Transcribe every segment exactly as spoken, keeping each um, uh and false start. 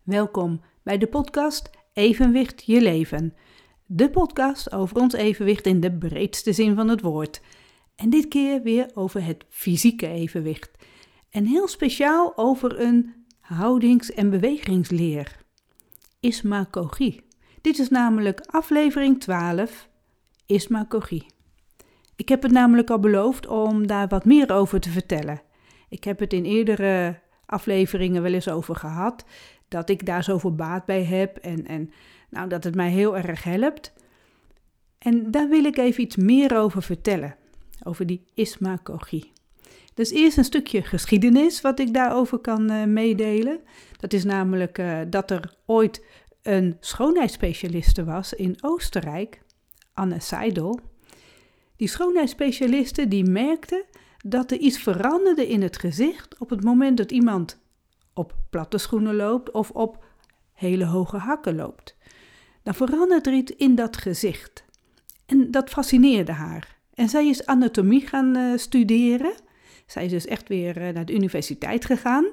Welkom bij de podcast Evenwicht je leven. De podcast over ons evenwicht in de breedste zin van het woord. En dit keer weer over het fysieke evenwicht. En heel speciaal over een houdings- en bewegingsleer. Ismagogie. Dit is namelijk aflevering twaalf, Ismagogie. Ik heb het namelijk al beloofd om daar wat meer over te vertellen. Ik heb het in eerdere afleveringen wel eens over gehad, dat ik daar zoveel baat bij heb en, en nou, dat het mij heel erg helpt. En daar wil ik even iets meer over vertellen, over die ismagogie. Dus eerst een stukje geschiedenis wat ik daarover kan uh, meedelen. Dat is namelijk uh, dat er ooit een schoonheidsspecialiste was in Oostenrijk, Anne Seidel. Die schoonheidsspecialiste die merkte dat er iets veranderde in het gezicht op het moment dat iemand op platte schoenen loopt of op hele hoge hakken loopt. Dan verandert er iets in dat gezicht. En dat fascineerde haar. En zij is anatomie gaan uh, studeren. Zij is dus echt weer uh, naar de universiteit gegaan.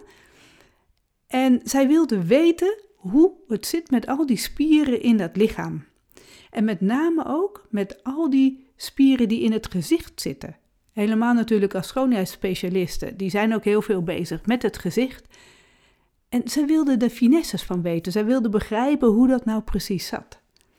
En zij wilde weten hoe het zit met al die spieren in dat lichaam. En met name ook met al die spieren die in het gezicht zitten. Helemaal natuurlijk als schoonheidsspecialisten. Die zijn ook heel veel bezig met het gezicht. En zij wilde de finesses van weten. Zij wilde begrijpen hoe dat nou precies zat.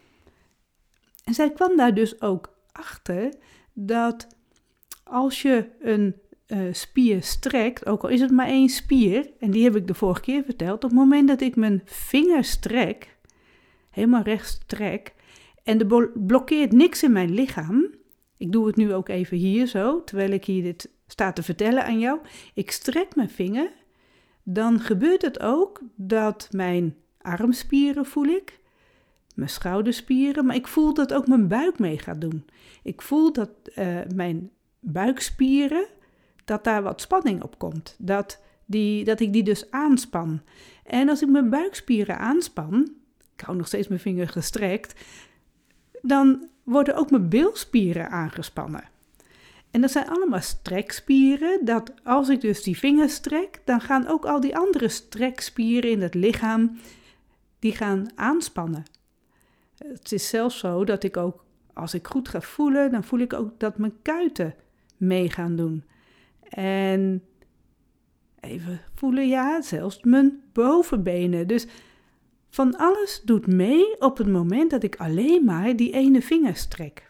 En zij kwam daar dus ook achter dat als je een uh, spier strekt, ook al is het maar één spier, en die heb ik de vorige keer verteld, op het moment dat ik mijn vinger strek, helemaal rechts trek, en er blokkeert niks in mijn lichaam, ik doe het nu ook even hier zo, terwijl ik hier dit sta te vertellen aan jou, ik strek mijn vinger, dan gebeurt het ook dat mijn armspieren voel ik, mijn schouderspieren, maar ik voel dat ook mijn buik mee gaat doen. Ik voel dat uh, mijn buikspieren, dat daar wat spanning op komt, dat, die, dat ik die dus aanspan. En als ik mijn buikspieren aanspan, ik hou nog steeds mijn vinger gestrekt, dan worden ook mijn bilspieren aangespannen. En dat zijn allemaal strekspieren, dat als ik dus die vinger strek, dan gaan ook al die andere strekspieren in het lichaam, die gaan aanspannen. Het is zelfs zo dat ik ook, als ik goed ga voelen, dan voel ik ook dat mijn kuiten mee gaan doen. En even voelen, ja, zelfs mijn bovenbenen. Dus van alles doet mee op het moment dat ik alleen maar die ene vinger strek.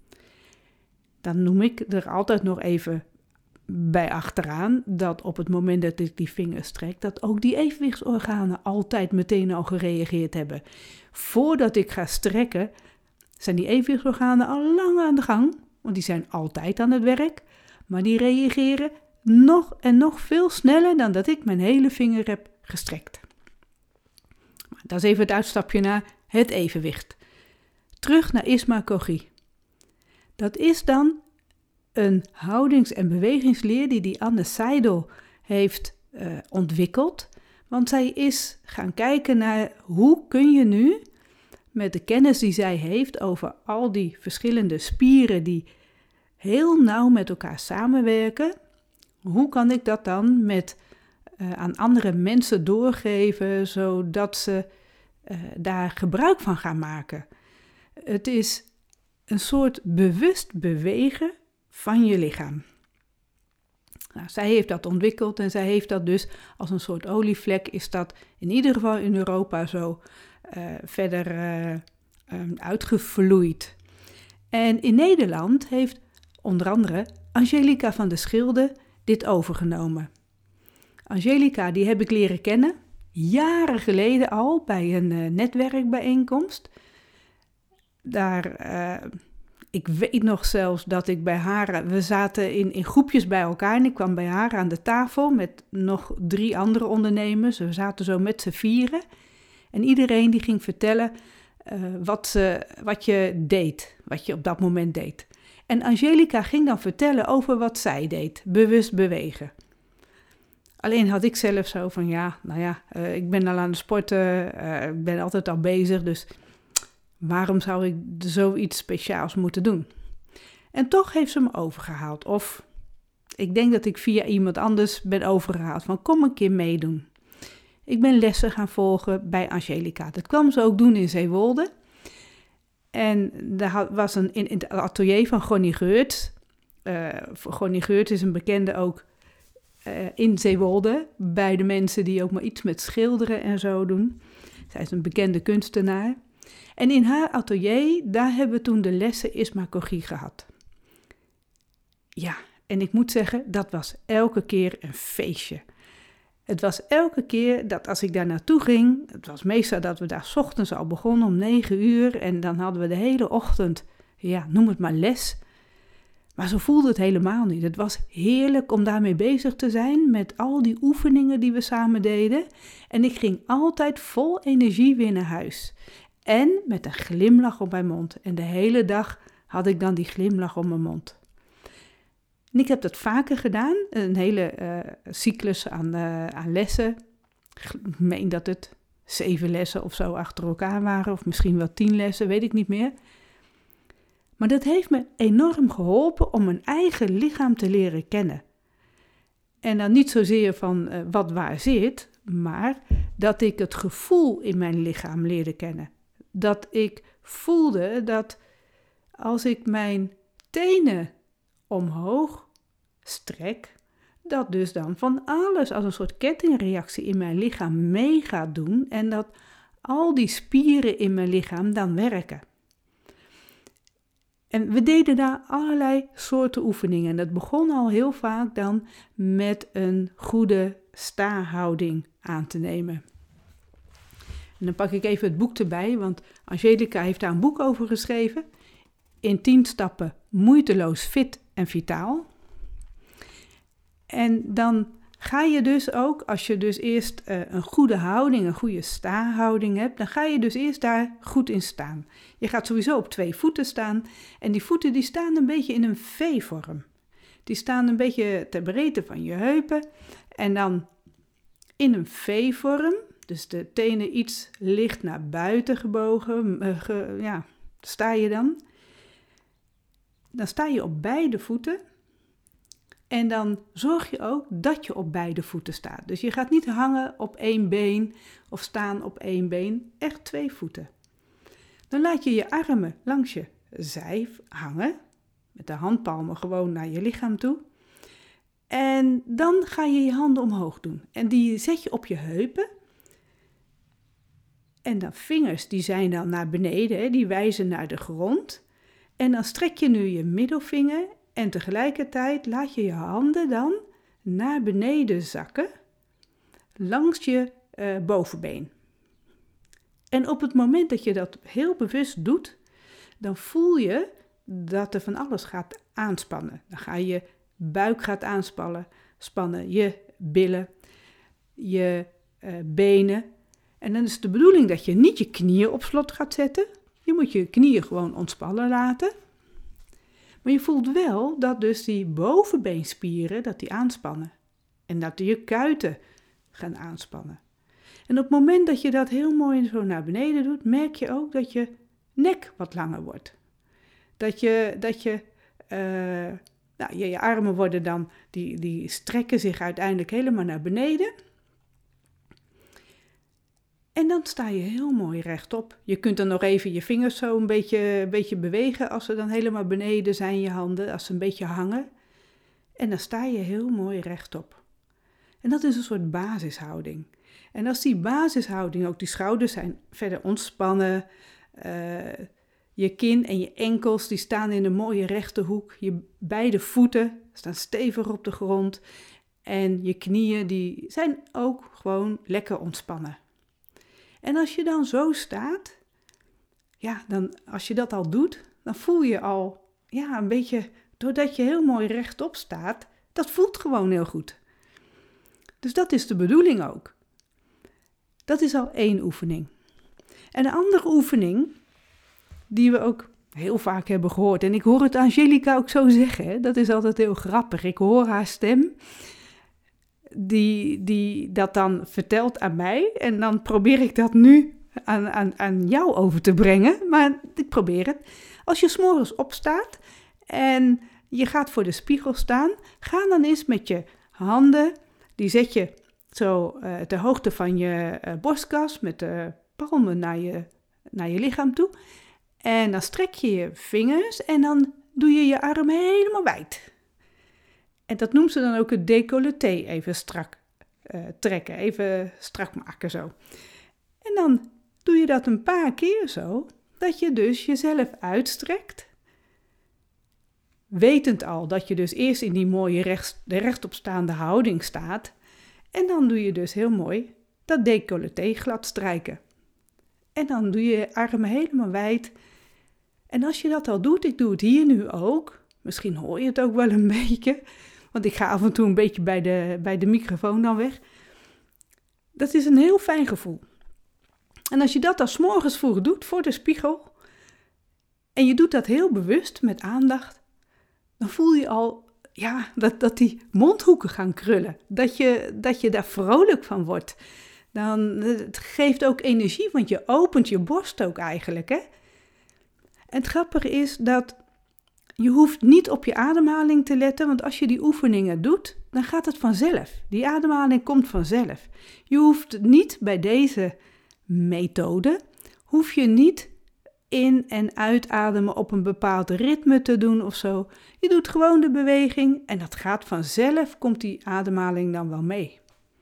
Dan noem ik er altijd nog even bij achteraan dat op het moment dat ik die vinger strek, dat ook die evenwichtsorganen altijd meteen al gereageerd hebben. Voordat ik ga strekken, zijn die evenwichtsorganen al lang aan de gang, want die zijn altijd aan het werk, maar die reageren nog en nog veel sneller dan dat ik mijn hele vinger heb gestrekt. Dat is even het uitstapje naar het evenwicht. Terug naar ismagogie. Dat is dan een houdings- en bewegingsleer die die Anne Seidel heeft uh, ontwikkeld. Want zij is gaan kijken naar hoe kun je nu, met de kennis die zij heeft over al die verschillende spieren die heel nauw met elkaar samenwerken, hoe kan ik dat dan met, uh, aan andere mensen doorgeven, zodat ze uh, daar gebruik van gaan maken. Het is een soort bewust bewegen van je lichaam. Nou, zij heeft dat ontwikkeld en zij heeft dat dus als een soort olievlek, is dat in ieder geval in Europa zo uh, verder uh, um, uitgevloeid. En in Nederland heeft onder andere Angelica van der Schilde dit overgenomen. Angelica, die heb ik leren kennen, jaren geleden al, bij een uh, netwerkbijeenkomst. Daar, uh, ik weet nog zelfs dat ik bij haar, we zaten in, in groepjes bij elkaar en ik kwam bij haar aan de tafel met nog drie andere ondernemers. We zaten zo met z'n vieren en iedereen die ging vertellen uh, wat, ze, wat je deed, wat je op dat moment deed. En Angelica ging dan vertellen over wat zij deed, bewust bewegen. Alleen had ik zelf zo van, ja, nou ja, uh, ik ben al aan het sporten, uh, ik ben altijd al bezig, dus waarom zou ik zoiets speciaals moeten doen? En toch heeft ze me overgehaald. Of ik denk dat ik via iemand anders ben overgehaald van kom een keer meedoen. Ik ben lessen gaan volgen bij Angelica. Dat kwam ze ook doen in Zeewolde. En daar was een, in, in het atelier van Gonnie Geurt. Uh, Gonnie Geurt is een bekende ook uh, in Zeewolde. Bij de mensen die ook maar iets met schilderen en zo doen. Zij is een bekende kunstenaar. En in haar atelier, daar hebben we toen de lessen ismagogie gehad. Ja, en ik moet zeggen, dat was elke keer een feestje. Het was elke keer dat als ik daar naartoe ging, het was meestal dat we daar 's ochtends al begonnen om negen uur en dan hadden we de hele ochtend, ja, noem het maar les. Maar zo voelde het helemaal niet. Het was heerlijk om daarmee bezig te zijn met al die oefeningen die we samen deden. En ik ging altijd vol energie weer naar huis. En met een glimlach op mijn mond. En de hele dag had ik dan die glimlach op mijn mond. En ik heb dat vaker gedaan, een hele uh, cyclus aan, uh, aan lessen. Ik meen dat het zeven lessen of zo achter elkaar waren, of misschien wel tien lessen, weet ik niet meer. Maar dat heeft me enorm geholpen om mijn eigen lichaam te leren kennen. En dan niet zozeer van uh, wat waar zit, maar dat ik het gevoel in mijn lichaam leerde kennen. Dat ik voelde dat als ik mijn tenen omhoog strek, dat dus dan van alles als een soort kettingreactie in mijn lichaam mee gaat doen en dat al die spieren in mijn lichaam dan werken. En we deden daar allerlei soorten oefeningen. En dat begon al heel vaak dan met een goede sta-houding aan te nemen. En dan pak ik even het boek erbij, want Angelica heeft daar een boek over geschreven. In tien stappen moeiteloos fit en vitaal. En dan ga je dus ook, als je dus eerst uh, een goede houding, een goede sta-houding hebt, dan ga je dus eerst daar goed in staan. Je gaat sowieso op twee voeten staan en die voeten die staan een beetje in een V-vorm. Die staan een beetje ter breedte van je heupen en dan in een V-vorm, dus de tenen iets licht naar buiten gebogen, uh, ge, ja, sta je dan. Dan sta je op beide voeten. En dan zorg je ook dat je op beide voeten staat. Dus je gaat niet hangen op één been of staan op één been, echt twee voeten. Dan laat je je armen langs je zij hangen, met de handpalmen gewoon naar je lichaam toe. En dan ga je je handen omhoog doen. En die zet je op je heupen. En dan vingers, die zijn dan naar beneden, hè, die wijzen naar de grond. En dan strek je nu je middelvinger en tegelijkertijd laat je je handen dan naar beneden zakken langs je uh, bovenbeen. En op het moment dat je dat heel bewust doet, dan voel je dat er van alles gaat aanspannen. Dan ga je buik gaat aanspannen, spannen, je billen, je uh, benen. En dan is de bedoeling dat je niet je knieën op slot gaat zetten. Je moet je knieën gewoon ontspannen laten. Maar je voelt wel dat dus die bovenbeenspieren, dat die aanspannen. En dat je kuiten gaan aanspannen. En op het moment dat je dat heel mooi zo naar beneden doet, merk je ook dat je nek wat langer wordt. Dat je, dat je, uh, nou, je, je armen worden dan, die, die strekken zich uiteindelijk helemaal naar beneden. En dan sta je heel mooi rechtop. Je kunt dan nog even je vingers zo een beetje, een beetje bewegen als ze dan helemaal beneden zijn, je handen, als ze een beetje hangen. En dan sta je heel mooi rechtop. En dat is een soort basishouding. En als die basishouding, ook die schouders zijn verder ontspannen, uh, je kin en je enkels die staan in een mooie rechte hoek, je beide voeten staan stevig op de grond en je knieën die zijn ook gewoon lekker ontspannen. En als je dan zo staat, ja, dan als je dat al doet, dan voel je al, ja, een beetje, doordat je heel mooi rechtop staat, dat voelt gewoon heel goed. Dus dat is de bedoeling ook. Dat is al één oefening. En een andere oefening, die we ook heel vaak hebben gehoord, en ik hoor het Angelica ook zo zeggen, hè, dat is altijd heel grappig. Ik hoor haar stem, die, die dat dan vertelt aan mij, en dan probeer ik dat nu aan, aan, aan jou over te brengen, maar ik probeer het. Als je 's morgens opstaat en je gaat voor de spiegel staan, ga dan eens met je handen, die zet je zo uh, ter hoogte van je uh, borstkas met de palmen naar je, naar je lichaam toe. En dan strek je je vingers en dan doe je je arm helemaal wijd. En dat noemen ze dan ook het décolleté, even strak uh, trekken, even strak maken zo. En dan doe je dat een paar keer zo, dat je dus jezelf uitstrekt. Wetend al dat je dus eerst in die mooie recht, de rechtopstaande houding staat. En dan doe je dus heel mooi dat décolleté glad strijken. En dan doe je je armen helemaal wijd. En als je dat al doet, ik doe het hier nu ook. Misschien hoor je het ook wel een beetje. Want ik ga af en toe een beetje bij de, bij de microfoon dan weg. Dat is een heel fijn gevoel. En als je dat dan 's morgens vroeg doet voor de spiegel. En je doet dat heel bewust met aandacht. Dan voel je al ja, dat, dat die mondhoeken gaan krullen. Dat je, dat je daar vrolijk van wordt. Dan, het geeft ook energie, want je opent je borst ook eigenlijk. Hè? En het grappige is dat je hoeft niet op je ademhaling te letten. Want als je die oefeningen doet, dan gaat het vanzelf. Die ademhaling komt vanzelf. Je hoeft niet bij deze methode, hoef je niet in- en uitademen op een bepaald ritme te doen of zo. Je doet gewoon de beweging en dat gaat vanzelf, komt die ademhaling dan wel mee.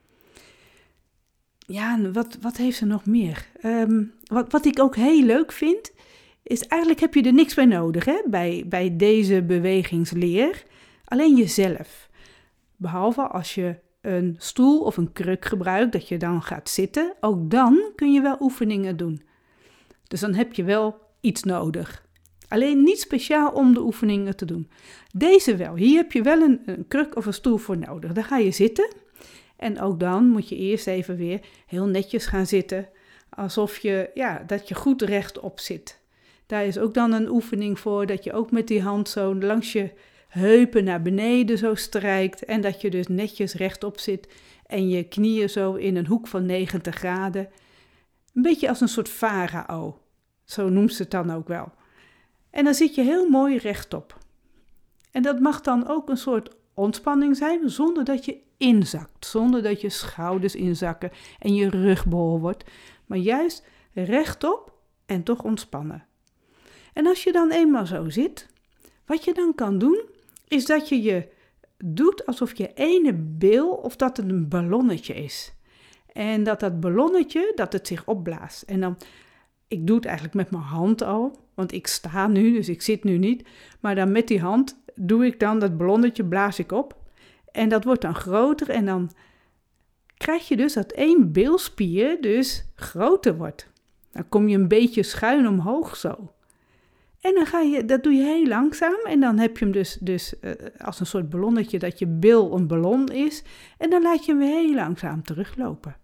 Ja, wat, wat heeft ze nog meer? Um, wat, wat ik ook heel leuk vind, is eigenlijk heb je er niks bij nodig hè, bij, bij deze bewegingsleer. Alleen jezelf. Behalve als je een stoel of een kruk gebruikt, dat je dan gaat zitten. Ook dan kun je wel oefeningen doen. Dus dan heb je wel iets nodig. Alleen niet speciaal om de oefeningen te doen. Deze wel. Hier heb je wel een, een kruk of een stoel voor nodig. Dan ga je zitten. En ook dan moet je eerst even weer heel netjes gaan zitten. Alsof je, ja, dat je goed rechtop zit. Daar is ook dan een oefening voor. Dat je ook met die hand zo langs je heupen naar beneden zo strijkt. En dat je dus netjes rechtop zit. En je knieën zo in een hoek van negentig graden. Een beetje als een soort farao. Zo noemt ze het dan ook wel. En dan zit je heel mooi rechtop. En dat mag dan ook een soort ontspanning zijn, zonder dat je inzakt. Zonder dat je schouders inzakken en je rug bol wordt. Maar juist rechtop en toch ontspannen. En als je dan eenmaal zo zit, wat je dan kan doen, is dat je je doet alsof je ene bil of dat het een ballonnetje is. En dat dat ballonnetje, dat het zich opblaast. En dan, ik doe het eigenlijk met mijn hand al, want ik sta nu, dus ik zit nu niet. Maar dan met die hand doe ik dan dat ballonnetje, blaas ik op. En dat wordt dan groter en dan krijg je dus dat één bilspier dus groter wordt. Dan kom je een beetje schuin omhoog zo. En dan ga je, dat doe je heel langzaam en dan heb je hem dus, dus uh, als een soort ballonnetje dat je bil een ballon is. En dan laat je hem weer heel langzaam teruglopen.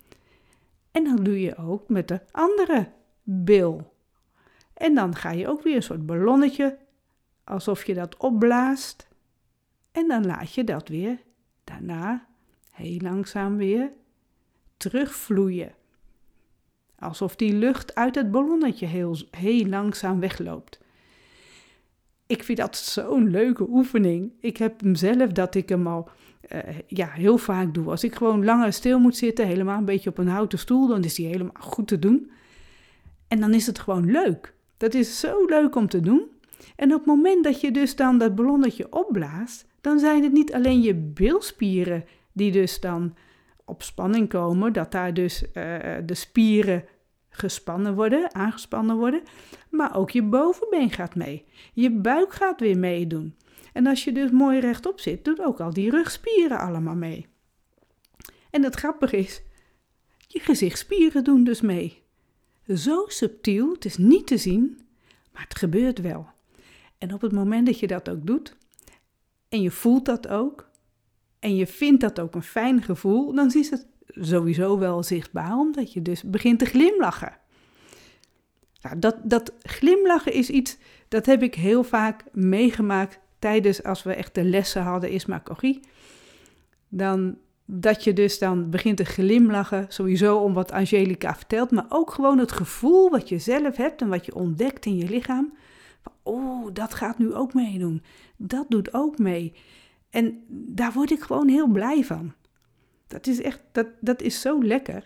En dan doe je ook met de andere bil. En dan ga je ook weer een soort ballonnetje, alsof je dat opblaast. En dan laat je dat weer daarna heel langzaam weer terugvloeien. Alsof die lucht uit het ballonnetje heel, heel langzaam wegloopt. Ik vind dat zo'n leuke oefening. Ik heb hem zelf dat ik hem al uh, ja, heel vaak doe. Als ik gewoon langer stil moet zitten, helemaal een beetje op een houten stoel, dan is die helemaal goed te doen. En dan is het gewoon leuk. Dat is zo leuk om te doen. En op het moment dat je dus dan dat ballonnetje opblaast, dan zijn het niet alleen je bilspieren die dus dan op spanning komen, dat daar dus uh, de spieren gespannen worden, aangespannen worden, maar ook je bovenbeen gaat mee. Je buik gaat weer meedoen. En als je dus mooi rechtop zit, doet ook al die rugspieren allemaal mee. En het grappige is, je gezichtsspieren doen dus mee. Zo subtiel, het is niet te zien, maar het gebeurt wel. En op het moment dat je dat ook doet, en je voelt dat ook, en je vindt dat ook een fijn gevoel, dan is het sowieso wel zichtbaar, omdat je dus begint te glimlachen. Nou, dat, dat glimlachen is iets, dat heb ik heel vaak meegemaakt tijdens als we echt de lessen hadden ismagogie. Dan dat je dus dan begint te glimlachen, sowieso om wat Angelica vertelt, maar ook gewoon het gevoel wat je zelf hebt en wat je ontdekt in je lichaam. Van, oh, dat gaat nu ook meedoen. Dat doet ook mee. En daar word ik gewoon heel blij van. Dat is echt, dat, dat is zo lekker.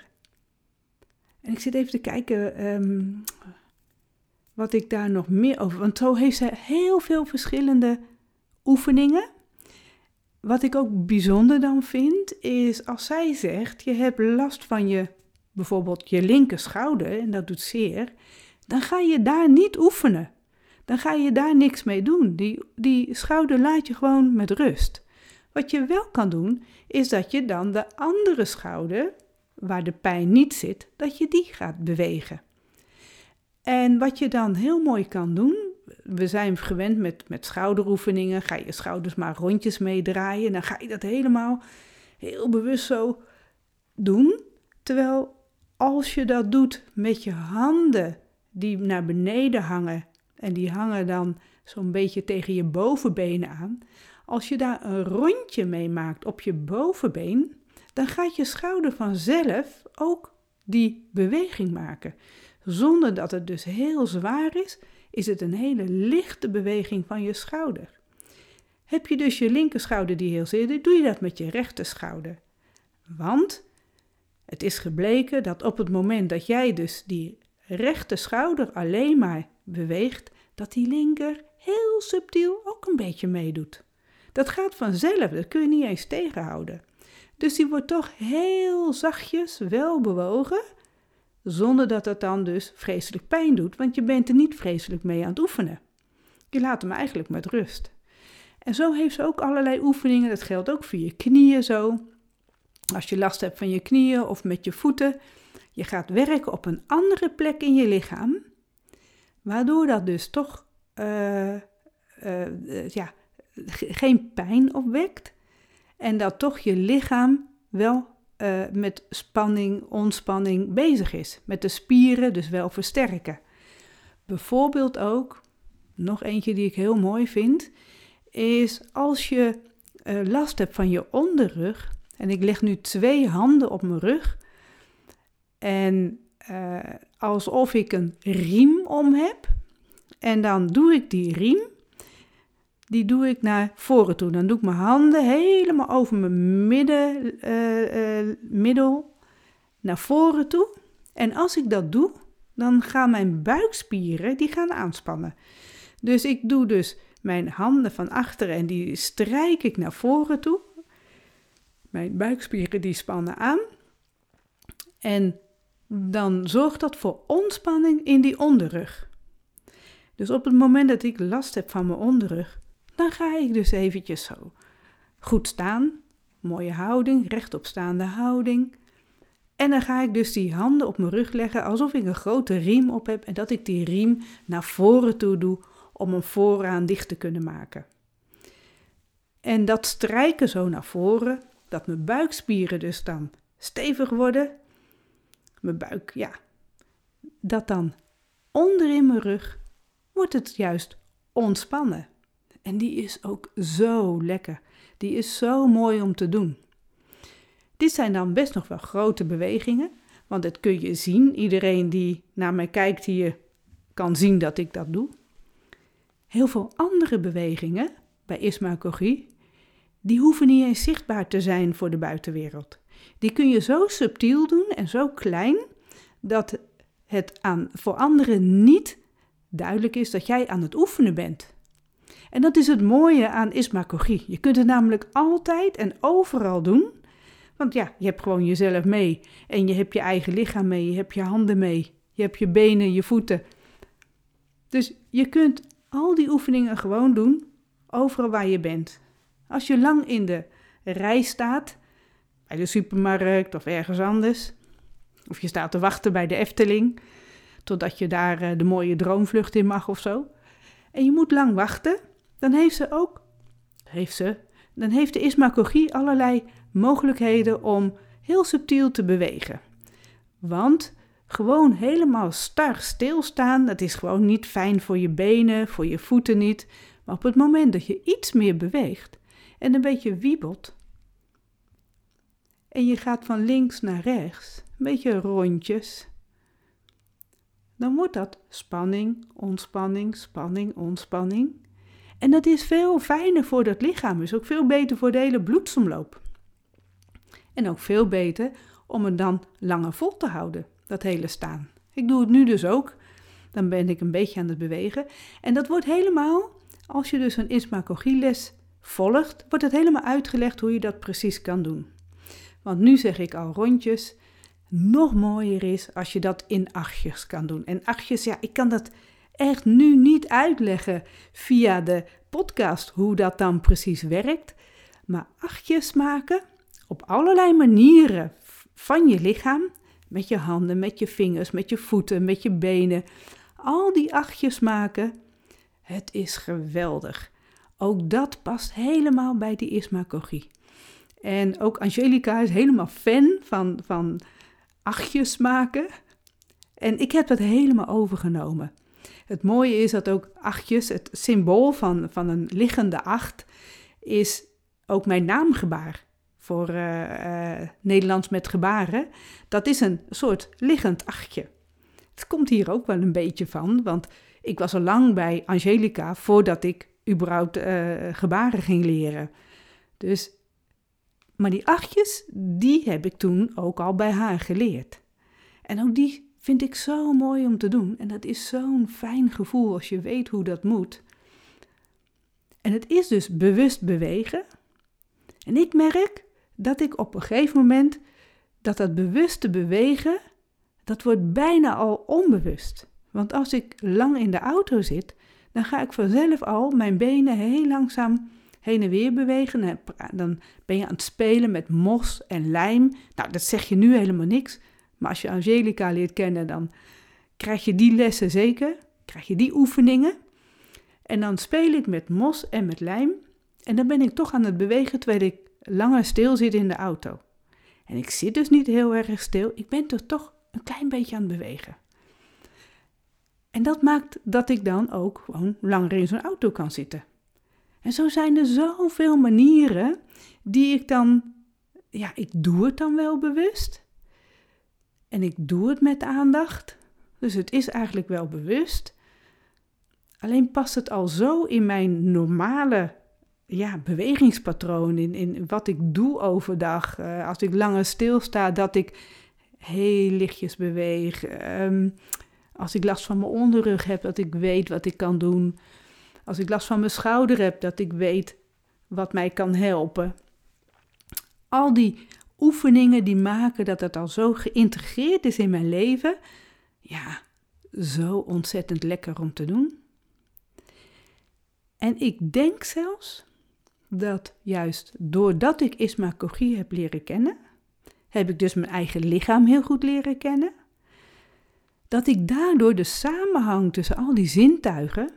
En ik zit even te kijken um, wat ik daar nog meer over... Want zo heeft ze heel veel verschillende oefeningen. Wat ik ook bijzonder dan vind, is als zij zegt... je hebt last van je, bijvoorbeeld je linker schouder, en dat doet zeer... dan ga je daar niet oefenen. Dan ga je daar niks mee doen. Die, die schouder laat je gewoon met rust. Wat je wel kan doen, is dat je dan de andere schouder... waar de pijn niet zit, dat je die gaat bewegen. En wat je dan heel mooi kan doen, we zijn gewend met, met schouderoefeningen, ga je schouders maar rondjes meedraaien, dan ga je dat helemaal heel bewust zo doen. Terwijl als je dat doet met je handen die naar beneden hangen, en die hangen dan zo'n beetje tegen je bovenbenen aan, als je daar een rondje mee maakt op je bovenbeen, dan gaat je schouder vanzelf ook die beweging maken. Zonder dat het dus heel zwaar is, is het een hele lichte beweging van je schouder. Heb je dus je linkerschouder die heel zit, doe je dat met je rechterschouder. Want het is gebleken dat op het moment dat jij dus die rechterschouder alleen maar beweegt, dat die linker heel subtiel ook een beetje meedoet. Dat gaat vanzelf, dat kun je niet eens tegenhouden. Dus die wordt toch heel zachtjes wel bewogen, zonder dat het dan dus vreselijk pijn doet, want je bent er niet vreselijk mee aan het oefenen. Je laat hem eigenlijk met rust. En zo heeft ze ook allerlei oefeningen, dat geldt ook voor je knieën zo. Als je last hebt van je knieën of met je voeten, je gaat werken op een andere plek in je lichaam, waardoor dat dus toch uh, uh, uh, ja, geen pijn opwekt. En dat toch je lichaam wel uh, met spanning, ontspanning bezig is. Met de spieren dus wel versterken. Bijvoorbeeld ook, nog eentje die ik heel mooi vind, is als je uh, last hebt van je onderrug. En ik leg nu twee handen op mijn rug. En uh, alsof ik een riem om heb. En dan doe ik die riem. Die doe ik naar voren toe. Dan doe ik mijn handen helemaal over mijn midden, uh, uh, middel naar voren toe. En als ik dat doe, dan gaan mijn buikspieren die gaan aanspannen. Dus ik doe dus mijn handen van achteren en die strijk ik naar voren toe. Mijn buikspieren die spannen aan. En dan zorgt dat voor ontspanning in die onderrug. Dus op het moment dat ik last heb van mijn onderrug, dan ga ik dus eventjes zo goed staan, mooie houding, rechtopstaande houding. En dan ga ik dus die handen op mijn rug leggen alsof ik een grote riem op heb en dat ik die riem naar voren toe doe om hem vooraan dicht te kunnen maken. En dat strijken zo naar voren, dat mijn buikspieren dus dan stevig worden. Mijn buik, ja, dat dan onderin mijn rug wordt het juist ontspannen. En die is ook zo lekker. Die is zo mooi om te doen. Dit zijn dan best nog wel grote bewegingen, want dat kun je zien. Iedereen die naar mij kijkt hier kan zien dat ik dat doe. Heel veel andere bewegingen bij ismagogie, die hoeven niet eens zichtbaar te zijn voor de buitenwereld. Die kun je zo subtiel doen en zo klein, dat het aan, voor anderen niet duidelijk is dat jij aan het oefenen bent. En dat is het mooie aan ismagogie. Je kunt het namelijk altijd en overal doen. Want ja, je hebt gewoon jezelf mee. En je hebt je eigen lichaam mee. Je hebt je handen mee. Je hebt je benen, je voeten. Dus je kunt al die oefeningen gewoon doen, overal waar je bent. Als je lang in de rij staat, bij de supermarkt of ergens anders, of je staat te wachten bij de Efteling, totdat je daar de mooie droomvlucht in mag of zo, en je moet lang wachten, dan heeft ze ook, heeft ze, dan heeft de ismagogie allerlei mogelijkheden om heel subtiel te bewegen. Want gewoon helemaal star stilstaan, dat is gewoon niet fijn voor je benen, voor je voeten niet. Maar op het moment dat je iets meer beweegt en een beetje wiebelt, en je gaat van links naar rechts, een beetje rondjes, dan wordt dat spanning, ontspanning, spanning, ontspanning. En dat is veel fijner voor dat lichaam, is ook veel beter voor de hele bloedsomloop. En ook veel beter om het dan langer vol te houden, dat hele staan. Ik doe het nu dus ook. Dan ben ik een beetje aan het bewegen. En dat wordt helemaal, als je dus een ismagogie-les volgt, wordt het helemaal uitgelegd hoe je dat precies kan doen. Want nu zeg ik al rondjes. Nog mooier is als je dat in achtjes kan doen. En achtjes, ja, ik kan dat echt nu niet uitleggen via de podcast hoe dat dan precies werkt. Maar achtjes maken op allerlei manieren van je lichaam. Met je handen, met je vingers, met je voeten, met je benen. Al die achtjes maken, het is geweldig. Ook dat past helemaal bij die ismagogie. En ook Angelica is helemaal fan van, van achtjes maken. En ik heb dat helemaal overgenomen. Het mooie is dat ook achtjes, het symbool van, van een liggende acht, is ook mijn naamgebaar. Voor uh, uh, Nederlands met gebaren. Dat is een soort liggend achtje. Het komt hier ook wel een beetje van, want ik was al lang bij Angelica voordat ik überhaupt uh, gebaren ging leren. Dus, maar die achtjes, die heb ik toen ook al bij haar geleerd. En ook die vind ik zo mooi om te doen. En dat is zo'n fijn gevoel als je weet hoe dat moet. En het is dus bewust bewegen. En ik merk dat ik op een gegeven moment, dat dat bewuste bewegen, dat wordt bijna al onbewust. Want als ik lang in de auto zit, dan ga ik vanzelf al mijn benen heel langzaam heen en weer bewegen. Dan ben je aan het spelen met mos en lijm. Nou, dat zeg je nu helemaal niks. Maar als je Angelica leert kennen, dan krijg je die lessen zeker. Krijg je die oefeningen. En dan speel ik met mos en met lijm. En dan ben ik toch aan het bewegen terwijl ik langer stil zit in de auto. En ik zit dus niet heel erg stil. Ik ben er toch een klein beetje aan het bewegen. En dat maakt dat ik dan ook gewoon langer in zo'n auto kan zitten. En zo zijn er zoveel manieren die ik dan, ja, ik doe het dan wel bewust. En ik doe het met aandacht. Dus het is eigenlijk wel bewust. Alleen past het al zo in mijn normale ja, bewegingspatroon. In, in wat ik doe overdag. Uh, als ik langer stilsta, dat ik heel lichtjes beweeg. Um, als ik last van mijn onderrug heb, dat ik weet wat ik kan doen. Als ik last van mijn schouder heb, dat ik weet wat mij kan helpen. Al die oefeningen die maken dat het al zo geïntegreerd is in mijn leven. Ja, zo ontzettend lekker om te doen. En ik denk zelfs dat juist doordat ik ismagogie heb leren kennen, heb ik dus mijn eigen lichaam heel goed leren kennen, dat ik daardoor de samenhang tussen al die zintuigen,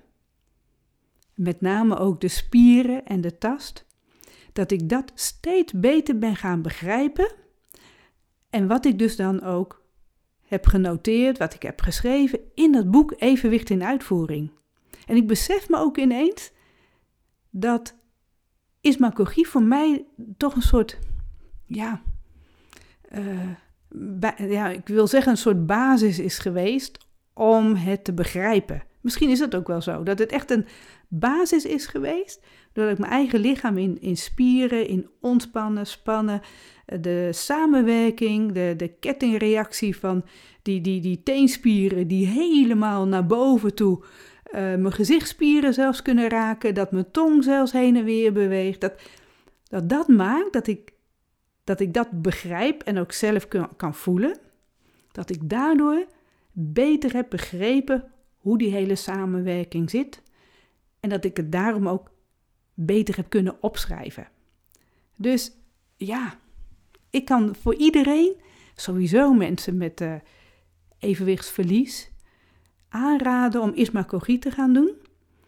met name ook de spieren en de tast, dat ik dat steeds beter ben gaan begrijpen. En wat ik dus dan ook heb genoteerd, wat ik heb geschreven in dat boek Evenwicht in Uitvoering. En ik besef me ook ineens dat ismagogie voor mij toch een soort, ja, uh, ba- ja, ik wil zeggen een soort basis is geweest om het te begrijpen. Misschien is het ook wel zo, dat het echt een basis is geweest, doordat ik mijn eigen lichaam in, in spieren, in ontspannen, spannen, de samenwerking, de, de kettingreactie van die, die, die teenspieren die helemaal naar boven toe, uh, mijn gezichtsspieren zelfs kunnen raken, dat mijn tong zelfs heen en weer beweegt, dat dat, dat maakt dat ik, dat ik dat begrijp en ook zelf kan, kan voelen, dat ik daardoor beter heb begrepen hoe die hele samenwerking zit en dat ik het daarom ook beter heb kunnen opschrijven. Dus ja, ik kan voor iedereen, sowieso mensen met uh, evenwichtsverlies, aanraden om ismagogie te gaan doen.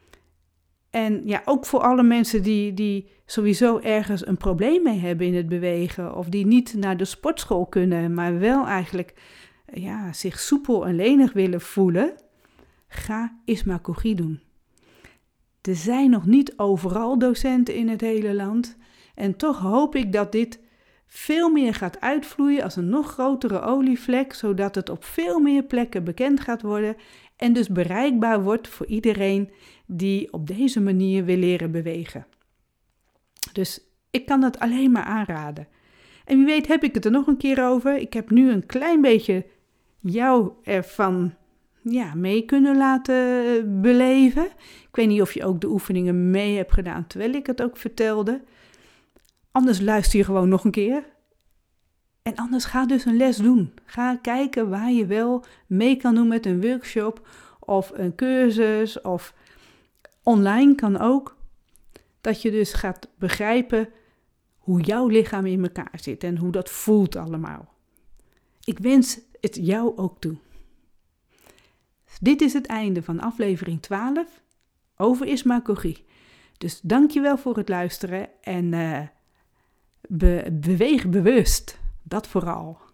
En ja, ook voor alle mensen die, die sowieso ergens een probleem mee hebben in het bewegen of die niet naar de sportschool kunnen, maar wel eigenlijk ja, zich soepel en lenig willen voelen, ga ismagogie doen. Er zijn nog niet overal docenten in het hele land en toch hoop ik dat dit veel meer gaat uitvloeien als een nog grotere olievlek, zodat het op veel meer plekken bekend gaat worden en dus bereikbaar wordt voor iedereen die op deze manier wil leren bewegen. Dus ik kan dat alleen maar aanraden. En wie weet heb ik het er nog een keer over. Ik heb nu een klein beetje jou ervan ja, mee kunnen laten beleven. Ik weet niet of je ook de oefeningen mee hebt gedaan terwijl ik het ook vertelde. Anders luister je gewoon nog een keer. En anders ga dus een les doen. Ga kijken waar je wel mee kan doen met een workshop of een cursus of online kan ook. Dat je dus gaat begrijpen hoe jouw lichaam in elkaar zit en hoe dat voelt allemaal. Ik wens het jou ook toe. Dit is het einde van aflevering twaalf over ismagogie. Dus dankjewel voor het luisteren en uh, be- beweeg bewust. Dat vooral.